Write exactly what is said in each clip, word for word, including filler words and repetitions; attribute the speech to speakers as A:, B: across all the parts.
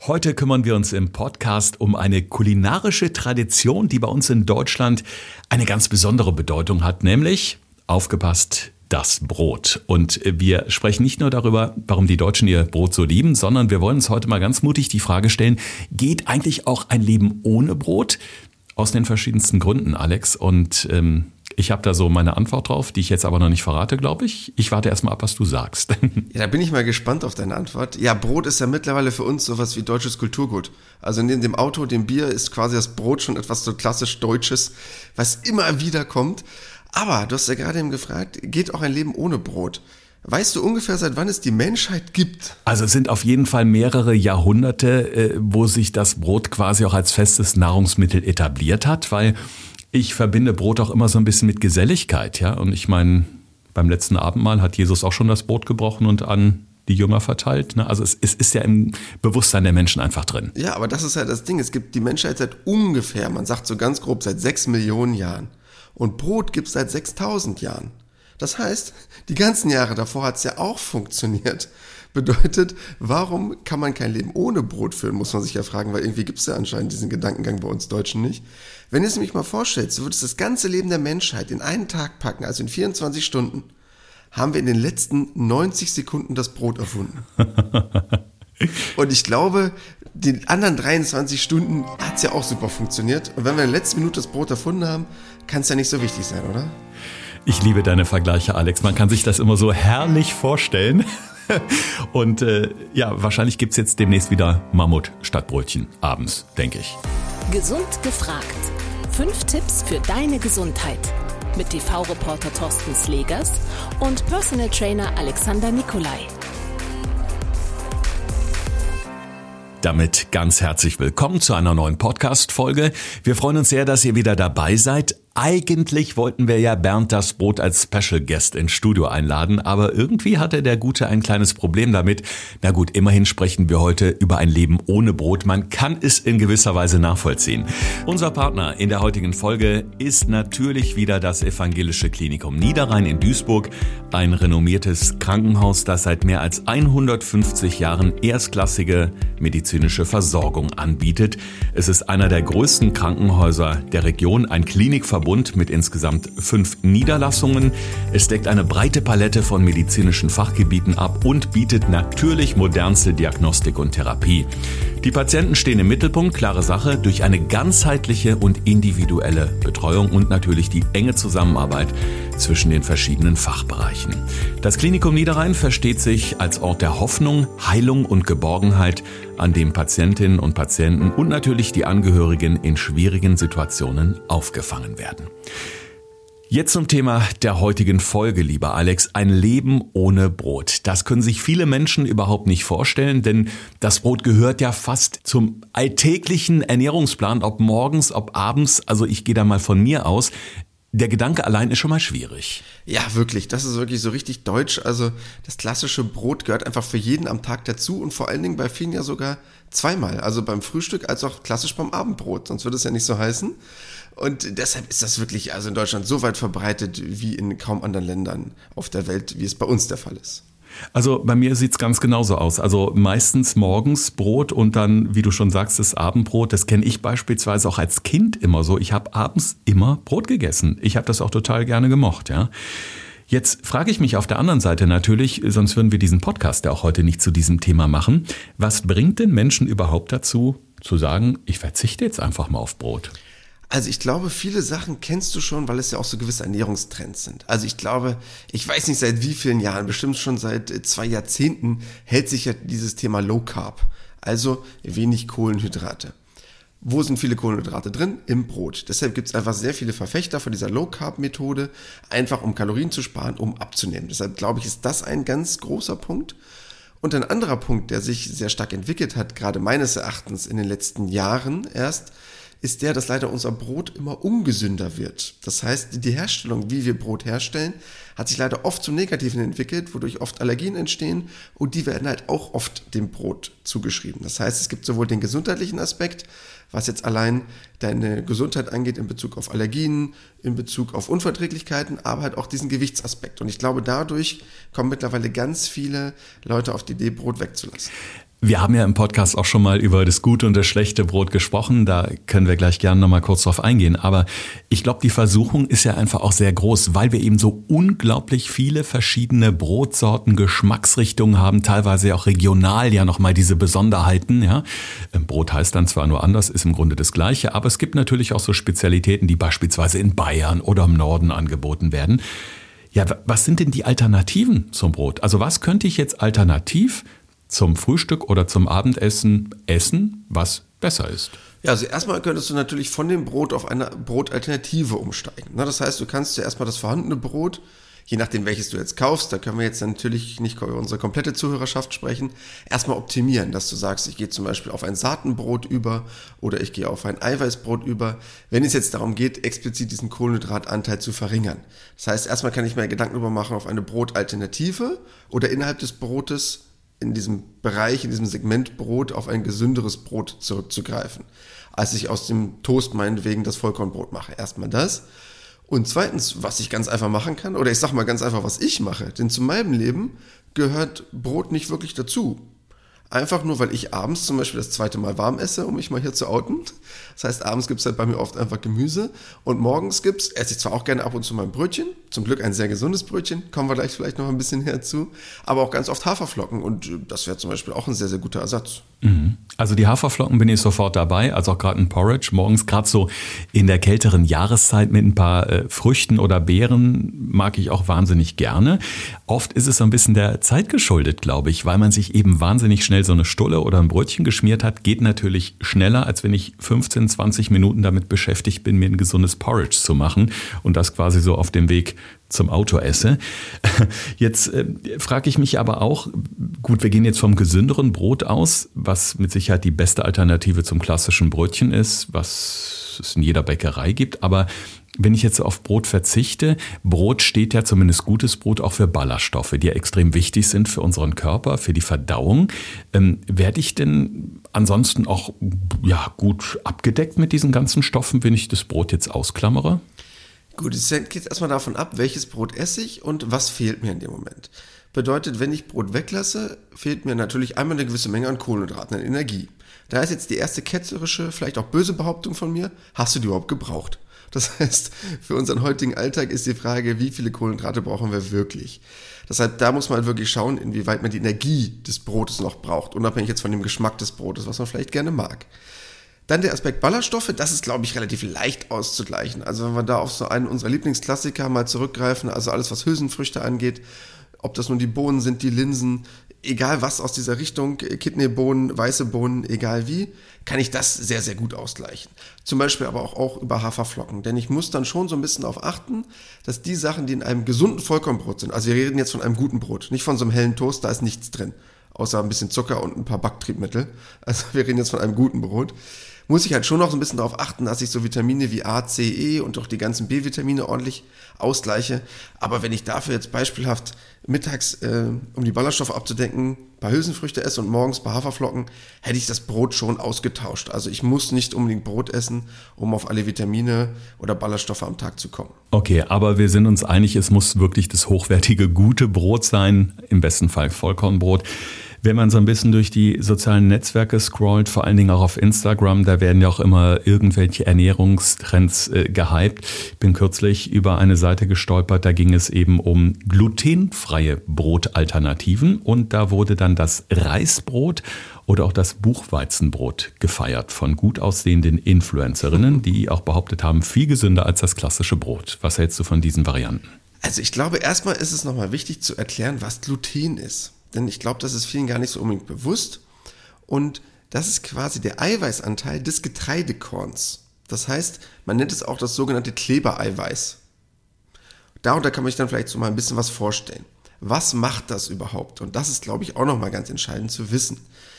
A: Heute kümmern wir uns im Podcast um eine kulinarische Tradition, die bei uns in Deutschland eine ganz besondere Bedeutung hat, nämlich, aufgepasst, das Brot. Und wir sprechen nicht nur darüber, warum die Deutschen ihr Brot so lieben, sondern wir wollen uns heute mal ganz mutig die Frage stellen, geht eigentlich auch ein Leben ohne Brot? Aus den verschiedensten Gründen, Alex. Und ähm, ich habe da so meine Antwort drauf, die ich jetzt aber noch nicht verrate, glaube ich. Ich warte erst mal ab, was du sagst.
B: Ja, da bin ich mal gespannt auf deine Antwort. Ja, Brot ist ja mittlerweile für uns sowas wie deutsches Kulturgut. Also neben dem Auto, dem Bier ist quasi das Brot schon etwas so klassisch Deutsches, was immer wieder kommt. Aber du hast ja gerade eben gefragt, geht auch ein Leben ohne Brot? Weißt du ungefähr, seit wann es die Menschheit gibt?
A: Also es sind auf jeden Fall mehrere Jahrhunderte, wo sich das Brot quasi auch als festes Nahrungsmittel etabliert hat, weil ich verbinde Brot auch immer so ein bisschen mit Geselligkeit, ja. Und ich meine, beim letzten Abendmahl hat Jesus auch schon das Brot gebrochen und an die Jünger verteilt. Ne? Also es, es ist ja im Bewusstsein der Menschen einfach drin.
B: Ja, aber das ist ja das Ding. Es gibt die Menschheit seit ungefähr, man sagt so ganz grob, seit sechs Millionen Jahren. Und Brot gibt es seit sechstausend Jahren. Das heißt, die ganzen Jahre davor hat es ja auch funktioniert. Bedeutet, warum kann man kein Leben ohne Brot führen, muss man sich ja fragen, weil irgendwie gibt es ja anscheinend diesen Gedankengang bei uns Deutschen nicht. Wenn du es nämlich mal vorstellst, du würdest das ganze Leben der Menschheit in einen Tag packen, also in vierundzwanzig Stunden, haben wir in den letzten neunzig Sekunden das Brot erfunden. Und ich glaube, die anderen dreiundzwanzig Stunden hat es ja auch super funktioniert. Und wenn wir in der letzten Minute das Brot erfunden haben, kann es ja nicht so wichtig sein, oder?
A: Ich liebe deine Vergleiche, Alex. Man kann sich das immer so herrlich vorstellen. Und äh, ja, wahrscheinlich gibt es jetzt demnächst wieder Mammut statt Brötchen abends, denke ich.
C: Gesund gefragt. Fünf Tipps für deine Gesundheit. Mit T V-Reporter Thorsten Slegers und Personal Trainer Alexander Nikolai.
A: Damit ganz herzlich willkommen zu einer neuen Podcast-Folge. Wir freuen uns sehr, dass ihr wieder dabei seid. Eigentlich wollten wir ja Bernd das Brot als Special Guest ins Studio einladen, aber irgendwie hatte der Gute ein kleines Problem damit. Na gut, immerhin sprechen wir heute über ein Leben ohne Brot. Man kann es in gewisser Weise nachvollziehen. Unser Partner in der heutigen Folge ist natürlich wieder das Evangelische Klinikum Niederrhein in Duisburg, ein renommiertes Krankenhaus, das seit mehr als hundertfünfzig Jahren erstklassige medizinische Versorgung anbietet. Es ist einer der größten Krankenhäuser der Region, ein Klinikverbund mit insgesamt fünf Niederlassungen. Es deckt eine breite Palette von medizinischen Fachgebieten ab und bietet natürlich modernste Diagnostik und Therapie. Die Patienten stehen im Mittelpunkt, klare Sache, durch eine ganzheitliche und individuelle Betreuung und natürlich die enge Zusammenarbeit zwischen den verschiedenen Fachbereichen. Das Klinikum Niederrhein versteht sich als Ort der Hoffnung, Heilung und Geborgenheit, an dem Patientinnen und Patienten und natürlich die Angehörigen in schwierigen Situationen aufgefangen werden. Jetzt zum Thema der heutigen Folge, lieber Alex. Ein Leben ohne Brot. Das können sich viele Menschen überhaupt nicht vorstellen, denn das Brot gehört ja fast zum alltäglichen Ernährungsplan, ob morgens, ob abends. Also ich gehe da mal von mir aus. Der Gedanke allein ist schon mal schwierig.
B: Ja, wirklich. Das ist wirklich so richtig deutsch. Also das klassische Brot gehört einfach für jeden am Tag dazu und vor allen Dingen bei vielen ja sogar zweimal. Also beim Frühstück als auch klassisch beim Abendbrot. Sonst würde es ja nicht so heißen. Und deshalb ist das wirklich also in Deutschland so weit verbreitet wie in kaum anderen Ländern auf der Welt, wie es bei uns der Fall ist.
A: Also bei mir sieht's ganz genauso aus. Also meistens morgens Brot und dann, wie du schon sagst, das Abendbrot. Das kenne ich beispielsweise auch als Kind immer so. Ich habe abends immer Brot gegessen. Ich habe das auch total gerne gemocht, ja. Jetzt frage ich mich auf der anderen Seite natürlich, sonst würden wir diesen Podcast ja auch heute nicht zu diesem Thema machen. Was bringt den Menschen überhaupt dazu, zu sagen, ich verzichte jetzt einfach mal auf Brot?
B: Also ich glaube, viele Sachen kennst du schon, weil es ja auch so gewisse Ernährungstrends sind. Also ich glaube, ich weiß nicht seit wie vielen Jahren, bestimmt schon seit zwei Jahrzehnten hält sich ja dieses Thema Low Carb, also wenig Kohlenhydrate. Wo sind viele Kohlenhydrate drin? Im Brot. Deshalb gibt es einfach sehr viele Verfechter von dieser Low Carb Methode, einfach um Kalorien zu sparen, um abzunehmen. Deshalb glaube ich, ist das ein ganz großer Punkt. Und ein anderer Punkt, der sich sehr stark entwickelt hat, gerade meines Erachtens in den letzten Jahren erst, ist der, dass leider unser Brot immer ungesünder wird. Das heißt, die Herstellung, wie wir Brot herstellen, hat sich leider oft zum Negativen entwickelt, wodurch oft Allergien entstehen und die werden halt auch oft dem Brot zugeschrieben. Das heißt, es gibt sowohl den gesundheitlichen Aspekt, was jetzt allein deine Gesundheit angeht in Bezug auf Allergien, in Bezug auf Unverträglichkeiten, aber halt auch diesen Gewichtsaspekt. Und ich glaube, dadurch kommen mittlerweile ganz viele Leute auf die Idee, Brot wegzulassen.
A: Wir haben ja im Podcast auch schon mal über das gute und das schlechte Brot gesprochen. Da können wir gleich gerne noch mal kurz drauf eingehen. Aber ich glaube, die Versuchung ist ja einfach auch sehr groß, weil wir eben so unglaublich viele verschiedene Brotsorten, Geschmacksrichtungen haben, teilweise auch regional ja noch mal diese Besonderheiten. Ja, Brot heißt dann zwar nur anders, ist im Grunde das Gleiche, aber es gibt natürlich auch so Spezialitäten, die beispielsweise in Bayern oder im Norden angeboten werden. Ja, was sind denn die Alternativen zum Brot? Also was könnte ich jetzt alternativ zum Frühstück oder zum Abendessen essen, was besser ist?
B: Ja, also erstmal könntest du natürlich von dem Brot auf eine Brotalternative umsteigen. Das heißt, du kannst ja erstmal das vorhandene Brot, je nachdem welches du jetzt kaufst, da können wir jetzt natürlich nicht über unsere komplette Zuhörerschaft sprechen, erstmal optimieren, dass du sagst, ich gehe zum Beispiel auf ein Saatenbrot über oder ich gehe auf ein Eiweißbrot über, wenn es jetzt darum geht, explizit diesen Kohlenhydratanteil zu verringern. Das heißt, erstmal kann ich mir Gedanken darüber machen, auf eine Brotalternative oder innerhalb des Brotes in diesem Bereich, in diesem Segment Brot auf ein gesünderes Brot zurückzugreifen, als ich aus dem Toast meinetwegen das Vollkornbrot mache. Erstmal das. Und zweitens, was ich ganz einfach machen kann, oder ich sag mal ganz einfach, was ich mache, denn zu meinem Leben gehört Brot nicht wirklich dazu. Einfach nur, weil ich abends zum Beispiel das zweite Mal warm esse, um mich mal hier zu outen. Das heißt, abends gibt es halt bei mir oft einfach Gemüse und morgens gibt's, esse ich zwar auch gerne ab und zu mal ein Brötchen, zum Glück ein sehr gesundes Brötchen, kommen wir gleich vielleicht noch ein bisschen herzu, aber auch ganz oft Haferflocken und das wäre zum Beispiel auch ein sehr, sehr guter Ersatz.
A: Also die Haferflocken bin ich sofort dabei, also auch gerade ein Porridge, morgens gerade so in der kälteren Jahreszeit mit ein paar äh, Früchten oder Beeren mag ich auch wahnsinnig gerne. Oft ist es so ein bisschen der Zeit geschuldet, glaube ich, weil man sich eben wahnsinnig schnell so eine Stulle oder ein Brötchen geschmiert hat, geht natürlich schneller, als wenn ich fünfzehn, zwanzig Minuten damit beschäftigt bin, mir ein gesundes Porridge zu machen und das quasi so auf dem Weg zum Auto esse. Jetzt äh, frage ich mich aber auch, gut, wir gehen jetzt vom gesünderen Brot aus, was mit Sicherheit die beste Alternative zum klassischen Brötchen ist, was es in jeder Bäckerei gibt, aber wenn ich jetzt auf Brot verzichte, Brot steht ja zumindest gutes Brot auch für Ballaststoffe, die ja extrem wichtig sind für unseren Körper, für die Verdauung. Ähm, werde ich denn ansonsten auch ja, gut abgedeckt mit diesen ganzen Stoffen, wenn ich das Brot jetzt ausklammere?
B: Gut, es hängt jetzt erstmal davon ab, welches Brot esse ich und was fehlt mir in dem Moment. Bedeutet, wenn ich Brot weglasse, fehlt mir natürlich einmal eine gewisse Menge an Kohlenhydraten, an Energie. Da ist jetzt die erste ketzerische, vielleicht auch böse Behauptung von mir, hast du die überhaupt gebraucht? Das heißt, für unseren heutigen Alltag ist die Frage, wie viele Kohlenhydrate brauchen wir wirklich? Deshalb, da muss man halt wirklich schauen, inwieweit man die Energie des Brotes noch braucht, unabhängig jetzt von dem Geschmack des Brotes, was man vielleicht gerne mag. Dann der Aspekt Ballaststoffe, das ist, glaube ich, relativ leicht auszugleichen. Also wenn wir da auf so einen unserer Lieblingsklassiker mal zurückgreifen, also alles, was Hülsenfrüchte angeht, ob das nun die Bohnen sind, die Linsen, egal was aus dieser Richtung, Kidneybohnen, weiße Bohnen, egal wie, kann ich das sehr, sehr gut ausgleichen. Zum Beispiel aber auch, auch über Haferflocken, denn ich muss dann schon so ein bisschen darauf achten, dass die Sachen, die in einem gesunden Vollkornbrot sind, also wir reden jetzt von einem guten Brot, nicht von so einem hellen Toast, da ist nichts drin, außer ein bisschen Zucker und ein paar Backtriebmittel, also wir reden jetzt von einem guten Brot, muss ich halt schon noch so ein bisschen darauf achten, dass ich so Vitamine wie A, C, E und auch die ganzen B-Vitamine ordentlich ausgleiche. Aber wenn ich dafür jetzt beispielhaft mittags, äh, um die Ballaststoffe abzudecken, ein paar Hülsenfrüchte esse und morgens ein paar Haferflocken, hätte ich das Brot schon ausgetauscht. Also ich muss nicht unbedingt Brot essen, um auf alle Vitamine oder Ballaststoffe am Tag zu kommen.
A: Okay, aber wir sind uns einig, es muss wirklich das hochwertige, gute Brot sein, im besten Fall Vollkornbrot. Wenn man so ein bisschen durch die sozialen Netzwerke scrollt, vor allen Dingen auch auf Instagram, da werden ja auch immer irgendwelche Ernährungstrends äh, gehypt. Ich bin kürzlich über eine Seite gestolpert, da ging es eben um glutenfreie Brotalternativen und da wurde dann das Reisbrot oder auch das Buchweizenbrot gefeiert von gut aussehenden Influencerinnen, die auch behauptet haben, viel gesünder als das klassische Brot. Was hältst du von diesen Varianten?
B: Also ich glaube, erstmal ist es nochmal wichtig zu erklären, was Gluten ist. Denn ich glaube, das ist vielen gar nicht so unbedingt bewusst. Und das ist quasi der Eiweißanteil des Getreidekorns. Das heißt, man nennt es auch das sogenannte Klebereiweiß. Darunter kann man sich dann vielleicht so mal ein bisschen was vorstellen. Was macht das überhaupt? Und das ist, glaube ich, auch nochmal ganz entscheidend zu wissen.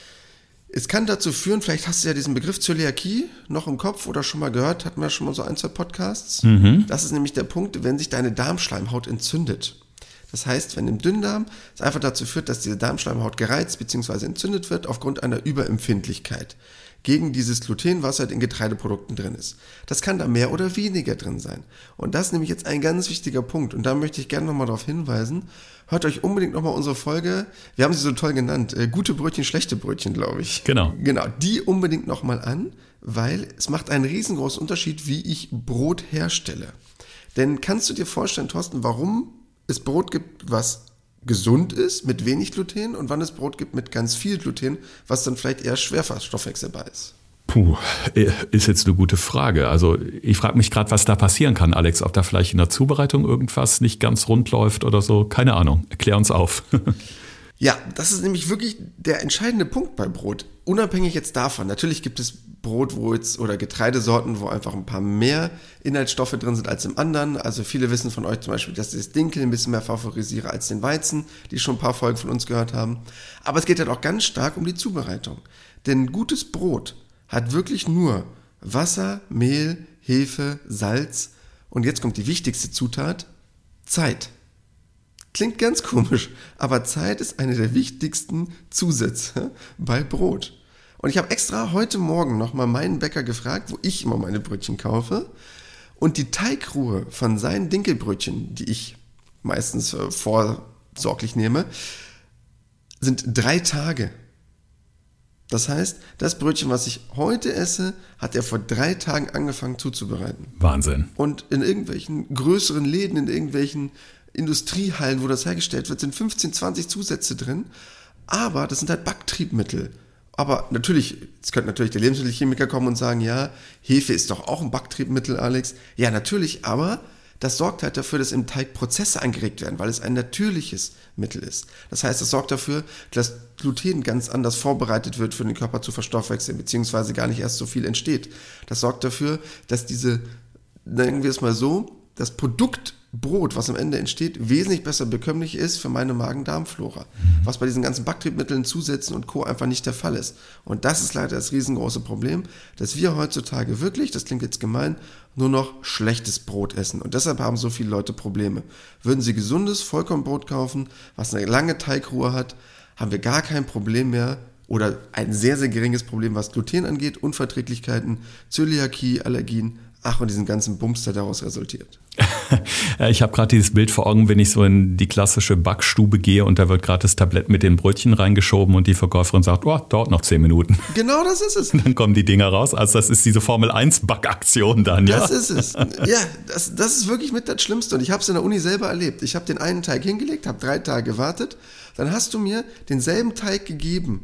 B: Es kann dazu führen, vielleicht hast du ja diesen Begriff Zöliakie noch im Kopf oder schon mal gehört, hatten wir schon mal so ein, zwei Podcasts. Mhm. Das ist nämlich der Punkt, wenn sich deine Darmschleimhaut entzündet. Das heißt, wenn im Dünndarm es einfach dazu führt, dass diese Darmschleimhaut gereizt bzw. entzündet wird aufgrund einer Überempfindlichkeit gegen dieses Gluten, was halt in Getreideprodukten drin ist. Das kann da mehr oder weniger drin sein. Und das ist nämlich jetzt ein ganz wichtiger Punkt. Und da möchte ich gerne nochmal darauf hinweisen, hört euch unbedingt nochmal unsere Folge, wir haben sie so toll genannt, äh, gute Brötchen, schlechte Brötchen, glaube ich.
A: Genau.
B: Genau, die unbedingt nochmal an, weil es macht einen riesengroßen Unterschied, wie ich Brot herstelle. Denn kannst du dir vorstellen, Thorsten, warum es Brot gibt, was gesund ist, mit wenig Gluten, und wann es Brot gibt mit ganz viel Gluten, was dann vielleicht eher schwer verstoffwechselbar ist?
A: Puh, ist jetzt eine gute Frage. Also ich frage mich gerade, was da passieren kann, Alex, ob da vielleicht in der Zubereitung irgendwas nicht ganz rund läuft oder so. Keine Ahnung, erklär uns auf.
B: Ja, das ist nämlich wirklich der entscheidende Punkt bei Brot. Unabhängig jetzt davon, natürlich gibt es Brot, wo jetzt oder Getreidesorten, wo einfach ein paar mehr Inhaltsstoffe drin sind als im anderen. Also viele wissen von euch zum Beispiel, dass ich das Dinkel ein bisschen mehr favorisiere als den Weizen, die schon ein paar Folgen von uns gehört haben. Aber es geht halt auch ganz stark um die Zubereitung. Denn gutes Brot hat wirklich nur Wasser, Mehl, Hefe, Salz und jetzt kommt die wichtigste Zutat, Zeit. Klingt ganz komisch, aber Zeit ist eine der wichtigsten Zusätze bei Brot. Und ich habe extra heute Morgen nochmal meinen Bäcker gefragt, wo ich immer meine Brötchen kaufe. Und die Teigruhe von seinen Dinkelbrötchen, die ich meistens äh, vorsorglich nehme, sind drei Tage. Das heißt, das Brötchen, was ich heute esse, hat er vor drei Tagen angefangen zuzubereiten.
A: Wahnsinn.
B: Und in irgendwelchen größeren Läden, in irgendwelchen Industriehallen, wo das hergestellt wird, sind fünfzehn, zwanzig Zusätze drin. Aber das sind halt Backtriebmittel. Aber natürlich, jetzt könnte natürlich der Lebensmittelchemiker kommen und sagen, ja, Hefe ist doch auch ein Backtriebmittel, Alex. Ja, natürlich, aber das sorgt halt dafür, dass im Teig Prozesse angeregt werden, weil es ein natürliches Mittel ist. Das heißt, es sorgt dafür, dass Gluten ganz anders vorbereitet wird für den Körper zu verstoffwechseln, beziehungsweise gar nicht erst so viel entsteht. Das sorgt dafür, dass diese, nennen wir es mal so, das Produkt Brot, was am Ende entsteht, wesentlich besser bekömmlich ist für meine Magen-Darm-Flora. Was bei diesen ganzen Backtriebmitteln, Zusätzen und Co. einfach nicht der Fall ist. Und das ist leider das riesengroße Problem, dass wir heutzutage wirklich, das klingt jetzt gemein, nur noch schlechtes Brot essen. Und deshalb haben so viele Leute Probleme. Würden sie gesundes Vollkornbrot kaufen, was eine lange Teigruhe hat, haben wir gar kein Problem mehr oder ein sehr, sehr geringes Problem, was Gluten angeht, Unverträglichkeiten, Zöliakie, Allergien, ach, und diesen ganzen Bums, der daraus resultiert.
A: Ich habe gerade dieses Bild vor Augen, wenn ich so in die klassische Backstube gehe und da wird gerade das Tablett mit den Brötchen reingeschoben und die Verkäuferin sagt, oh, dauert noch zehn Minuten.
B: Genau das ist es.
A: Und dann kommen die Dinger raus. Also das ist diese Formel eins Backaktion dann, ja?
B: Das ist es. Ja, das, das ist wirklich mit das Schlimmste. Und ich habe es in der Uni selber erlebt. Ich habe den einen Teig hingelegt, habe drei Tage gewartet. Dann hast du mir denselben Teig gegeben,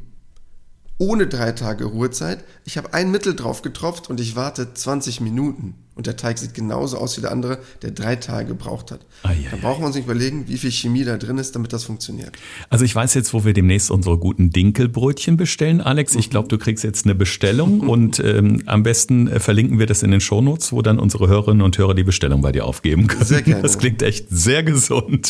B: ohne drei Tage Ruhezeit. Ich habe ein Mittel drauf getropft und ich warte zwanzig Minuten. Und der Teig sieht genauso aus wie der andere, der drei Tage gebraucht hat. Ah, ja, da brauchen wir uns nicht überlegen, wie viel Chemie da drin ist, damit das funktioniert.
A: Also ich weiß jetzt, wo wir demnächst unsere guten Dinkelbrötchen bestellen, Alex. Ich glaube, du kriegst jetzt eine Bestellung und ähm, am besten äh, verlinken wir das in den Shownotes, wo dann unsere Hörerinnen und Hörer die Bestellung bei dir aufgeben können. Sehr gerne. Das klingt echt sehr gesund.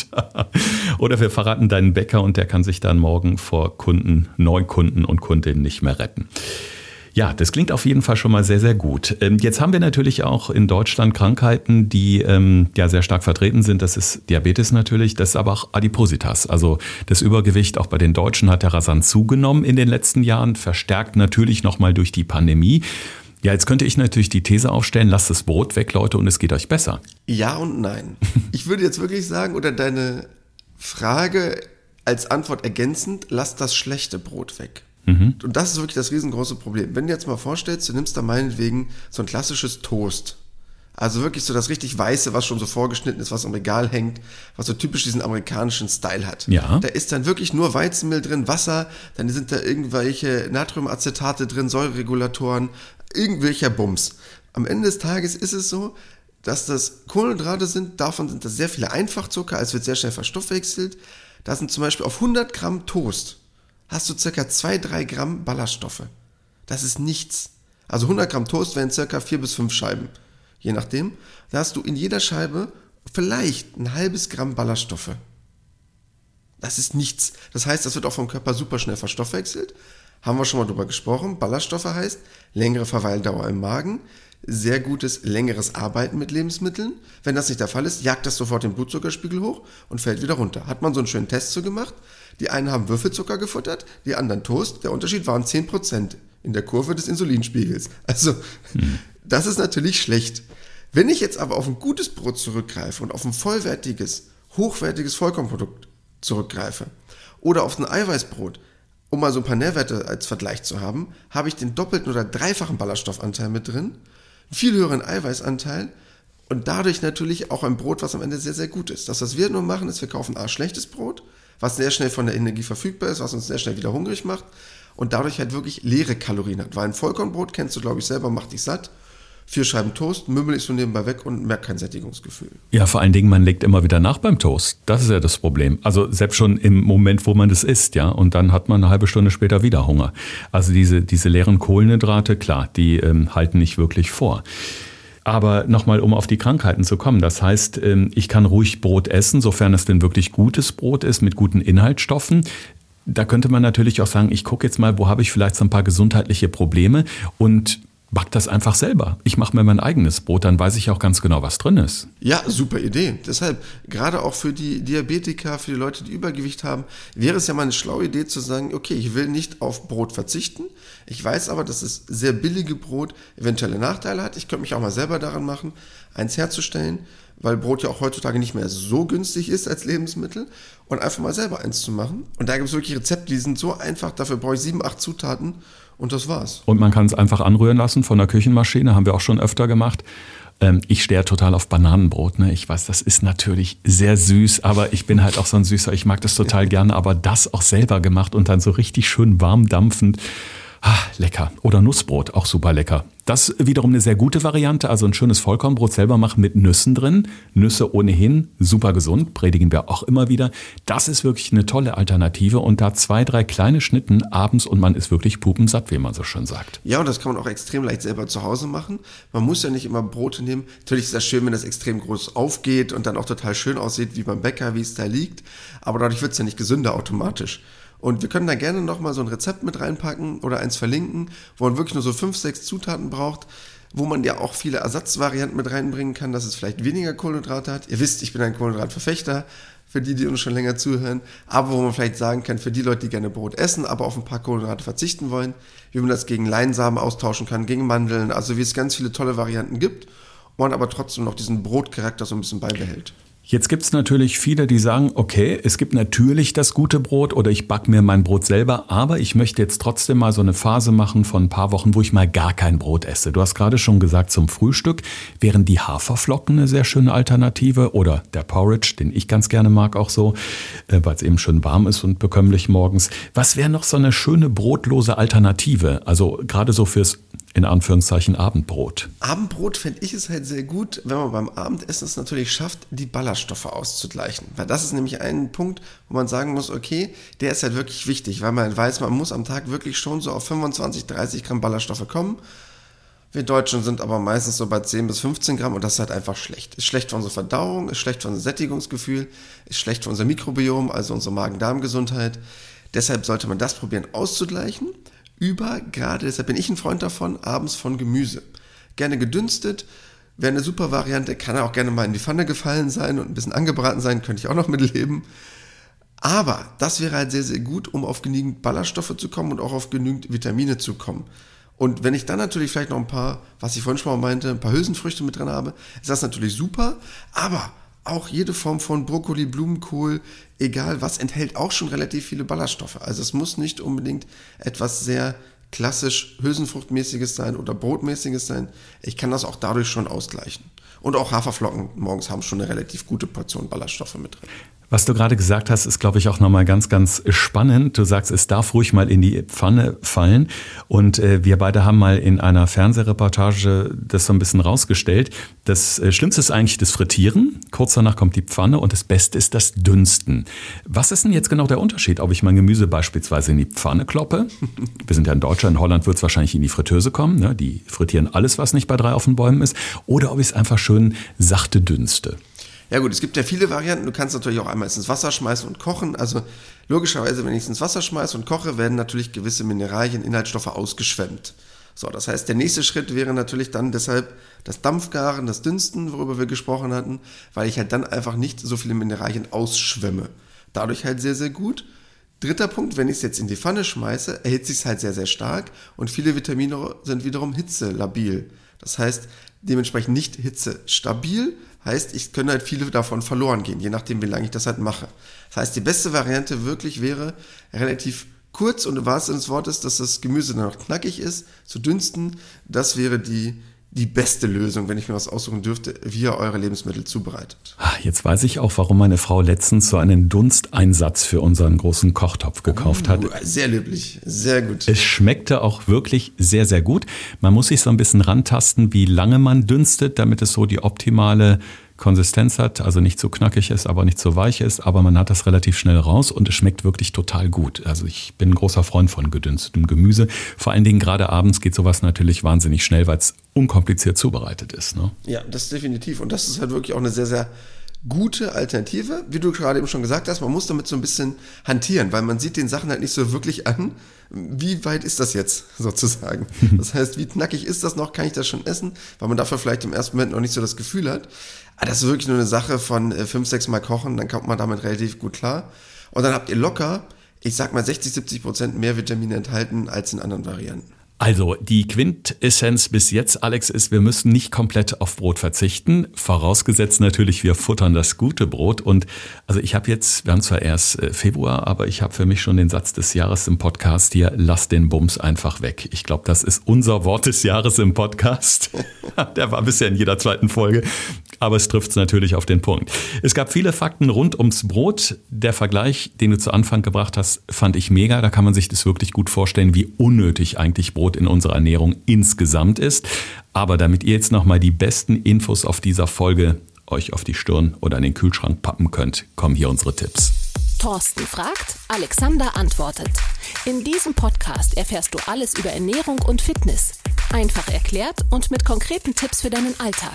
A: Oder wir verraten deinen Bäcker und der kann sich dann morgen vor Kunden, Neukunden und Kundinnen nicht mehr retten. Ja, das klingt auf jeden Fall schon mal sehr, sehr gut. Jetzt haben wir natürlich auch in Deutschland Krankheiten, die ähm, ja sehr stark vertreten sind. Das ist Diabetes natürlich, das ist aber auch Adipositas. Also das Übergewicht auch bei den Deutschen hat ja rasant zugenommen in den letzten Jahren, verstärkt natürlich nochmal durch die Pandemie. Ja, jetzt könnte ich natürlich die These aufstellen, lasst das Brot weg, Leute, und es geht euch besser.
B: Ja und nein. Ich würde jetzt wirklich sagen, oder deine Frage als Antwort ergänzend, lasst das schlechte Brot weg. Und das ist wirklich das riesengroße Problem. Wenn du jetzt mal vorstellst, du nimmst da meinetwegen so ein klassisches Toast. Also wirklich so das richtig Weiße, was schon so vorgeschnitten ist, was im Regal hängt, was so typisch diesen amerikanischen Style hat.
A: Ja.
B: Da ist dann wirklich nur Weizenmehl drin, Wasser, dann sind da irgendwelche Natriumacetate drin, Säureregulatoren, irgendwelcher Bums. Am Ende des Tages ist es so, dass das Kohlenhydrate sind, davon sind das sehr viele Einfachzucker, also wird sehr schnell verstoffwechselt. Da sind zum Beispiel auf hundert Gramm Toast hast du circa zwei bis drei Gramm Ballaststoffe. Das ist nichts. Also hundert Gramm Toast wären circa vier bis fünf Scheiben. Je nachdem. Da hast du in jeder Scheibe vielleicht ein halbes Gramm Ballaststoffe. Das ist nichts. Das heißt, das wird auch vom Körper super schnell verstoffwechselt. Haben wir schon mal drüber gesprochen. Ballaststoffe heißt längere Verweildauer im Magen, sehr gutes, längeres Arbeiten mit Lebensmitteln. Wenn das nicht der Fall ist, jagt das sofort den Blutzuckerspiegel hoch und fällt wieder runter. Hat man so einen schönen Test so gemacht. Die einen haben Würfelzucker gefuttert, die anderen Toast. Der Unterschied waren zehn Prozent in der Kurve des Insulinspiegels. Also hm. das ist natürlich schlecht. Wenn ich jetzt aber auf ein gutes Brot zurückgreife und auf ein vollwertiges, hochwertiges Vollkornprodukt zurückgreife oder auf ein Eiweißbrot, um mal so ein paar Nährwerte als Vergleich zu haben, habe ich den doppelten oder dreifachen Ballaststoffanteil mit drin, einen viel höheren Eiweißanteil und dadurch natürlich auch ein Brot, was am Ende sehr, sehr gut ist. Das, was wir nur machen, ist, wir kaufen ein schlechtes Brot, was sehr schnell von der Energie verfügbar ist, was uns sehr schnell wieder hungrig macht und dadurch halt wirklich leere Kalorien hat. Weil ein Vollkornbrot, kennst du glaube ich selber, macht dich satt. Vier Scheiben Toast, mümmel ich so nebenbei weg und merke kein Sättigungsgefühl.
A: Ja, vor allen Dingen, man legt immer wieder nach beim Toast. Das ist ja das Problem. Also selbst schon im Moment, wo man das isst, ja, und dann hat man eine halbe Stunde später wieder Hunger. Also diese, diese leeren Kohlenhydrate, klar, die ähm, halten nicht wirklich vor. Aber nochmal, um auf die Krankheiten zu kommen. Das heißt, ähm, ich kann ruhig Brot essen, sofern es denn wirklich gutes Brot ist mit guten Inhaltsstoffen. Da könnte man natürlich auch sagen, ich gucke jetzt mal, wo habe ich vielleicht so ein paar gesundheitliche Probleme und back das einfach selber. Ich mache mir mein eigenes Brot, dann weiß ich auch ganz genau, was drin ist.
B: Ja, super Idee. Deshalb, gerade auch für die Diabetiker, für die Leute, die Übergewicht haben, wäre es ja mal eine schlaue Idee zu sagen, okay, ich will nicht auf Brot verzichten. Ich weiß aber, dass das sehr billige Brot eventuelle Nachteile hat. Ich könnte mich auch mal selber daran machen, eins herzustellen, weil Brot ja auch heutzutage nicht mehr so günstig ist als Lebensmittel und einfach mal selber eins zu machen. Und da gibt es wirklich Rezepte, die sind so einfach, dafür brauche ich sieben, acht Zutaten. Und das war's.
A: Und man kann es einfach anrühren lassen von der Küchenmaschine, haben wir auch schon öfter gemacht. Ähm, ich stehe total auf Bananenbrot. Ne? Ich weiß, das ist natürlich sehr süß, aber ich bin halt auch so ein Süßer. Ich mag das total gerne, aber das auch selber gemacht und dann so richtig schön warm dampfend. Ah, lecker. Oder Nussbrot, auch super lecker. Das wiederum eine sehr gute Variante, also ein schönes Vollkornbrot selber machen mit Nüssen drin. Nüsse ohnehin, super gesund, predigen wir auch immer wieder. Das ist wirklich eine tolle Alternative und da zwei, drei kleine Schnitten abends und man ist wirklich pupensatt, wie man so schön sagt.
B: Ja, und das kann man auch extrem leicht selber zu Hause machen. Man muss ja nicht immer Brote nehmen. Natürlich ist das schön, wenn das extrem groß aufgeht und dann auch total schön aussieht, wie beim Bäcker, wie es da liegt. Aber dadurch wird es ja nicht gesünder automatisch. Und wir können da gerne nochmal so ein Rezept mit reinpacken oder eins verlinken, wo man wirklich nur so fünf, sechs Zutaten braucht, wo man ja auch viele Ersatzvarianten mit reinbringen kann, dass es vielleicht weniger Kohlenhydrate hat. Ihr wisst, ich bin ein Kohlenhydratverfechter, für die, die uns schon länger zuhören, aber wo man vielleicht sagen kann, für die Leute, die gerne Brot essen, aber auf ein paar Kohlenhydrate verzichten wollen, wie man das gegen Leinsamen austauschen kann, gegen Mandeln, also wie es ganz viele tolle Varianten gibt, wo man aber trotzdem noch diesen Brotcharakter so ein bisschen beibehält.
A: Jetzt gibt es natürlich viele, die sagen, okay, es gibt natürlich das gute Brot oder ich backe mir mein Brot selber, aber ich möchte jetzt trotzdem mal so eine Phase machen von ein paar Wochen, wo ich mal gar kein Brot esse. Du hast gerade schon gesagt, zum Frühstück wären die Haferflocken eine sehr schöne Alternative oder der Porridge, den ich ganz gerne mag auch so, weil es eben schön warm ist und bekömmlich morgens. Was wäre noch so eine schöne brotlose Alternative, also gerade so fürs in Anführungszeichen Abendbrot?
B: Abendbrot fände ich es halt sehr gut, wenn man beim Abendessen es natürlich schafft, die Ballaststoffe auszugleichen. Weil das ist nämlich ein Punkt, wo man sagen muss, okay, der ist halt wirklich wichtig, weil man weiß, man muss am Tag wirklich schon so auf fünfundzwanzig, dreißig Gramm Ballaststoffe kommen. Wir Deutschen sind aber meistens so bei zehn bis fünfzehn Gramm und das ist halt einfach schlecht. Ist schlecht für unsere Verdauung, ist schlecht für unser Sättigungsgefühl, ist schlecht für unser Mikrobiom, also unsere Magen-Darm-Gesundheit. Deshalb sollte man das probieren auszugleichen. Über, gerade deshalb bin ich ein Freund davon, abends von Gemüse. Gerne gedünstet, wäre eine super Variante, kann auch gerne mal in die Pfanne gefallen sein und ein bisschen angebraten sein, könnte ich auch noch mitleben. Aber das wäre halt sehr, sehr gut, um auf genügend Ballaststoffe zu kommen und auch auf genügend Vitamine zu kommen. Und wenn ich dann natürlich vielleicht noch ein paar, was ich vorhin schon mal meinte, ein paar Hülsenfrüchte mit drin habe, ist das natürlich super, aber auch jede Form von Brokkoli, Blumenkohl, egal was, enthält auch schon relativ viele Ballaststoffe. Also es muss nicht unbedingt etwas sehr klassisch Hülsenfruchtmäßiges sein oder Brotmäßiges sein. Ich kann das auch dadurch schon ausgleichen. Und auch Haferflocken morgens haben schon eine relativ gute Portion Ballaststoffe mit drin.
A: Was du gerade gesagt hast, ist, glaube ich, auch nochmal ganz, ganz spannend. Du sagst, es darf ruhig mal in die Pfanne fallen. Und äh, wir beide haben mal in einer Fernsehreportage das so ein bisschen rausgestellt. Das äh, Schlimmste ist eigentlich das Frittieren. Kurz danach kommt die Pfanne und das Beste ist das Dünsten. Was ist denn jetzt genau der Unterschied, ob ich mein Gemüse beispielsweise in die Pfanne kloppe? Wir sind ja in Deutschland, in Holland wird es wahrscheinlich in die Fritteuse kommen. Ne? Die frittieren alles, was nicht bei drei auf den Bäumen ist. Oder ob ich es einfach schön sachte dünste.
B: Ja gut, es gibt ja viele Varianten. Du kannst natürlich auch einmal ins Wasser schmeißen und kochen. Also logischerweise, wenn ich es ins Wasser schmeiße und koche, werden natürlich gewisse Mineralien, Inhaltsstoffe ausgeschwemmt. So, das heißt, der nächste Schritt wäre natürlich dann deshalb das Dampfgaren, das Dünsten, worüber wir gesprochen hatten, weil ich halt dann einfach nicht so viele Mineralien ausschwemme. Dadurch halt sehr, sehr gut. Dritter Punkt, wenn ich es jetzt in die Pfanne schmeiße, erhitze ich es halt sehr, sehr stark und viele Vitamine sind wiederum hitzelabil. Das heißt, dementsprechend nicht hitzestabil, heißt, ich könnte halt viele davon verloren gehen, je nachdem, wie lange ich das halt mache. Das heißt, die beste Variante wirklich wäre, relativ kurz und im wahrsten Sinne des Wortes, dass das Gemüse dann noch knackig ist, zu dünsten. Das wäre die, die beste Lösung, wenn ich mir was aussuchen dürfte, wie ihr eure Lebensmittel zubereitet.
A: Jetzt weiß ich auch, warum meine Frau letztens so einen Dunsteinsatz für unseren großen Kochtopf gekauft
B: uh,
A: hat.
B: Sehr löblich, sehr gut.
A: Es schmeckte auch wirklich sehr, sehr gut. Man muss sich so ein bisschen rantasten, wie lange man dünstet, damit es so die optimale Konsistenz hat, also nicht so knackig ist, aber nicht so weich ist, aber man hat das relativ schnell raus und es schmeckt wirklich total gut. Also ich bin ein großer Freund von gedünstetem Gemüse. Vor allen Dingen gerade abends geht sowas natürlich wahnsinnig schnell, weil es unkompliziert zubereitet ist. Ne?
B: Ja, das ist definitiv. Und das ist halt wirklich auch eine sehr, sehr gute Alternative. Wie du gerade eben schon gesagt hast, man muss damit so ein bisschen hantieren, weil man sieht den Sachen halt nicht so wirklich an. Wie weit ist das jetzt sozusagen? Das heißt, wie knackig ist das noch? Kann ich das schon essen? Weil man dafür vielleicht im ersten Moment noch nicht so das Gefühl hat. Aber das ist wirklich nur eine Sache von fünf, sechs Mal kochen, dann kommt man damit relativ gut klar. Und dann habt ihr locker, ich sag mal sechzig, siebzig Prozent mehr Vitamine enthalten als in anderen Varianten.
A: Also die Quintessenz bis jetzt, Alex, ist, wir müssen nicht komplett auf Brot verzichten. Vorausgesetzt natürlich, wir futtern das gute Brot. Und also ich habe jetzt, wir haben zwar erst Februar, aber ich habe für mich schon den Satz des Jahres im Podcast hier, lass den Bums einfach weg. Ich glaube, das ist unser Wort des Jahres im Podcast. Der war bisher in jeder zweiten Folge, aber es trifft es natürlich auf den Punkt. Es gab viele Fakten rund ums Brot. Der Vergleich, den du zu Anfang gebracht hast, fand ich mega. Da kann man sich das wirklich gut vorstellen, wie unnötig eigentlich Brot in unserer Ernährung insgesamt ist. Aber damit ihr jetzt nochmal die besten Infos auf dieser Folge euch auf die Stirn oder in den Kühlschrank pappen könnt, kommen hier unsere Tipps.
C: Thorsten fragt, Alexander antwortet. In diesem Podcast erfährst du alles über Ernährung und Fitness. Einfach erklärt und mit konkreten Tipps für deinen Alltag.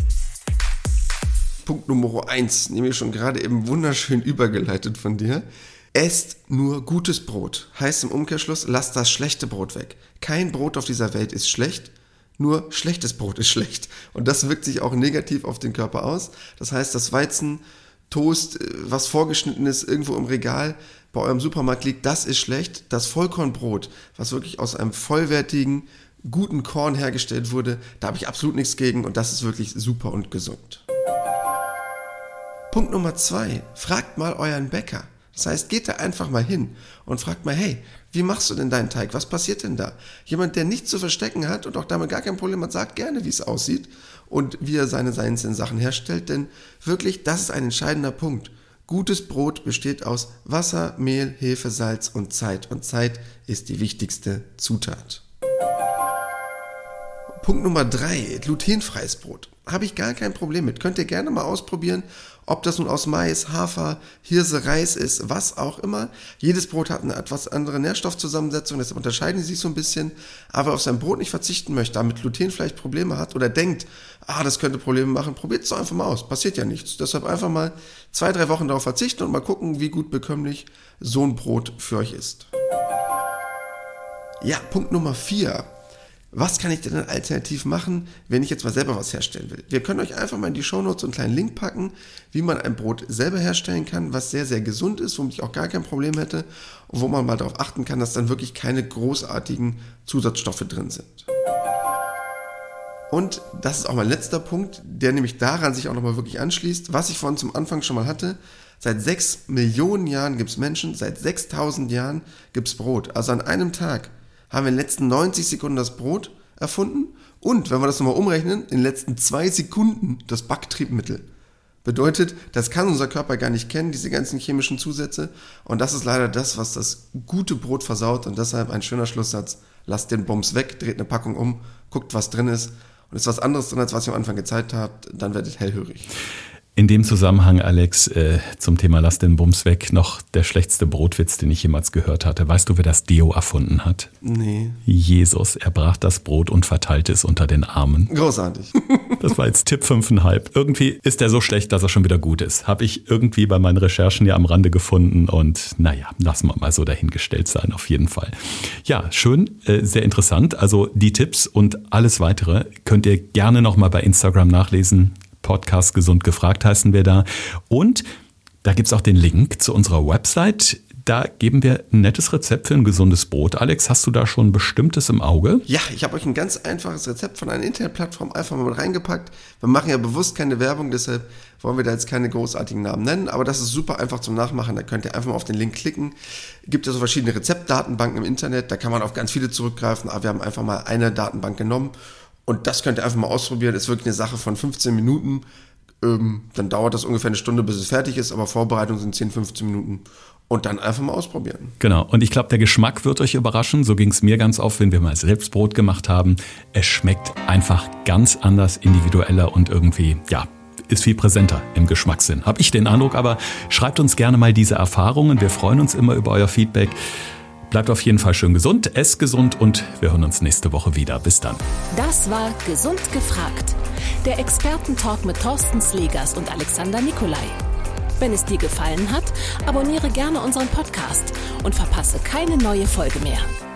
B: Punkt Nummer eins, nämlich schon gerade eben wunderschön übergeleitet von dir. Esst nur gutes Brot. Heißt im Umkehrschluss, lasst das schlechte Brot weg. Kein Brot auf dieser Welt ist schlecht, nur schlechtes Brot ist schlecht. Und das wirkt sich auch negativ auf den Körper aus. Das heißt, das Weizen, Toast, was vorgeschnitten ist, irgendwo im Regal bei eurem Supermarkt liegt, das ist schlecht. Das Vollkornbrot, was wirklich aus einem vollwertigen, guten Korn hergestellt wurde, da habe ich absolut nichts gegen und das ist wirklich super und gesund. Punkt Nummer zwei, fragt mal euren Bäcker. Das heißt, geht da einfach mal hin und fragt mal, hey, wie machst du denn deinen Teig? Was passiert denn da? Jemand, der nichts zu verstecken hat und auch damit gar kein Problem hat, sagt gerne, wie es aussieht und wie er seine einzelnen Sachen herstellt, denn wirklich, das ist ein entscheidender Punkt. Gutes Brot besteht aus Wasser, Mehl, Hefe, Salz und Zeit. Und Zeit ist die wichtigste Zutat. Punkt Nummer drei, glutenfreies Brot. Habe ich gar kein Problem mit. Könnt ihr gerne mal ausprobieren, ob das nun aus Mais, Hafer, Hirse, Reis ist, was auch immer. Jedes Brot hat eine etwas andere Nährstoffzusammensetzung, deshalb unterscheiden sie sich so ein bisschen. Aber wer auf sein Brot nicht verzichten möchte, damit Gluten vielleicht Probleme hat oder denkt, ah, das könnte Probleme machen, probiert es doch einfach mal aus. Passiert ja nichts. Deshalb einfach mal zwei, drei Wochen darauf verzichten und mal gucken, wie gut bekömmlich so ein Brot für euch ist. Ja, Punkt Nummer vier. Was kann ich denn dann alternativ machen, wenn ich jetzt mal selber was herstellen will? Wir können euch einfach mal in die Shownotes einen kleinen Link packen, wie man ein Brot selber herstellen kann, was sehr, sehr gesund ist, womit ich auch gar kein Problem hätte und wo man mal darauf achten kann, dass dann wirklich keine großartigen Zusatzstoffe drin sind. Und das ist auch mein letzter Punkt, der nämlich daran sich auch nochmal wirklich anschließt, was ich vorhin zum Anfang schon mal hatte. Seit sechs Millionen Jahren gibt es Menschen, seit sechstausend Jahren gibt es Brot. Also an einem Tag haben wir in den letzten neunzig Sekunden das Brot erfunden und, wenn wir das nochmal umrechnen, in den letzten zwei Sekunden das Backtriebmittel. Bedeutet, das kann unser Körper gar nicht kennen, diese ganzen chemischen Zusätze. Und das ist leider das, was das gute Brot versaut. Und deshalb ein schöner Schlusssatz, lasst den Bums weg, dreht eine Packung um, guckt, was drin ist. Und ist was anderes drin, als was ihr am Anfang gezeigt habt, dann werdet hellhörig.
A: In dem Zusammenhang, Alex, äh, zum Thema Lass den Bums weg, noch der schlechteste Brotwitz, den ich jemals gehört hatte. Weißt du, wer das Deo erfunden hat?
B: Nee.
A: Jesus. Er brach das Brot und verteilte es unter den Armen.
B: Großartig.
A: Das war jetzt Tipp fünf Komma fünf. Irgendwie ist er so schlecht, dass er schon wieder gut ist. Habe ich irgendwie bei meinen Recherchen ja am Rande gefunden und naja, lassen wir mal so dahingestellt sein, auf jeden Fall. Ja, schön, äh, sehr interessant. Also die Tipps und alles weitere könnt ihr gerne nochmal bei Instagram nachlesen. Podcast Gesund gefragt heißen wir da. Und da gibt's auch den Link zu unserer Website. Da geben wir ein nettes Rezept für ein gesundes Brot. Alex, hast du da schon ein bestimmtes im Auge?
B: Ja, ich habe euch ein ganz einfaches Rezept von einer Internetplattform einfach mal mit reingepackt. Wir machen ja bewusst keine Werbung, deshalb wollen wir da jetzt keine großartigen Namen nennen. Aber das ist super einfach zum Nachmachen. Da könnt ihr einfach mal auf den Link klicken. Gibt ja so verschiedene Rezeptdatenbanken im Internet. Da kann man auf ganz viele zurückgreifen. Aber wir haben einfach mal eine Datenbank genommen. Und das könnt ihr einfach mal ausprobieren. Ist wirklich eine Sache von fünfzehn Minuten. Ähm, dann dauert das ungefähr eine Stunde, bis es fertig ist. Aber Vorbereitung sind zehn, fünfzehn Minuten. Und dann einfach mal ausprobieren.
A: Genau. Und ich glaube, der Geschmack wird euch überraschen. So ging es mir ganz oft, wenn wir mal selbst Brot gemacht haben. Es schmeckt einfach ganz anders, individueller und irgendwie, ja, ist viel präsenter im Geschmackssinn. Habe ich den Eindruck. Aber schreibt uns gerne mal diese Erfahrungen. Wir freuen uns immer über euer Feedback. Bleibt auf jeden Fall schön gesund, esst gesund und wir hören uns nächste Woche wieder. Bis dann.
C: Das war Gesund gefragt. Der Expertentalk mit Thorsten Slegers und Alexander Nikolai. Wenn es dir gefallen hat, abonniere gerne unseren Podcast und verpasse keine neue Folge mehr.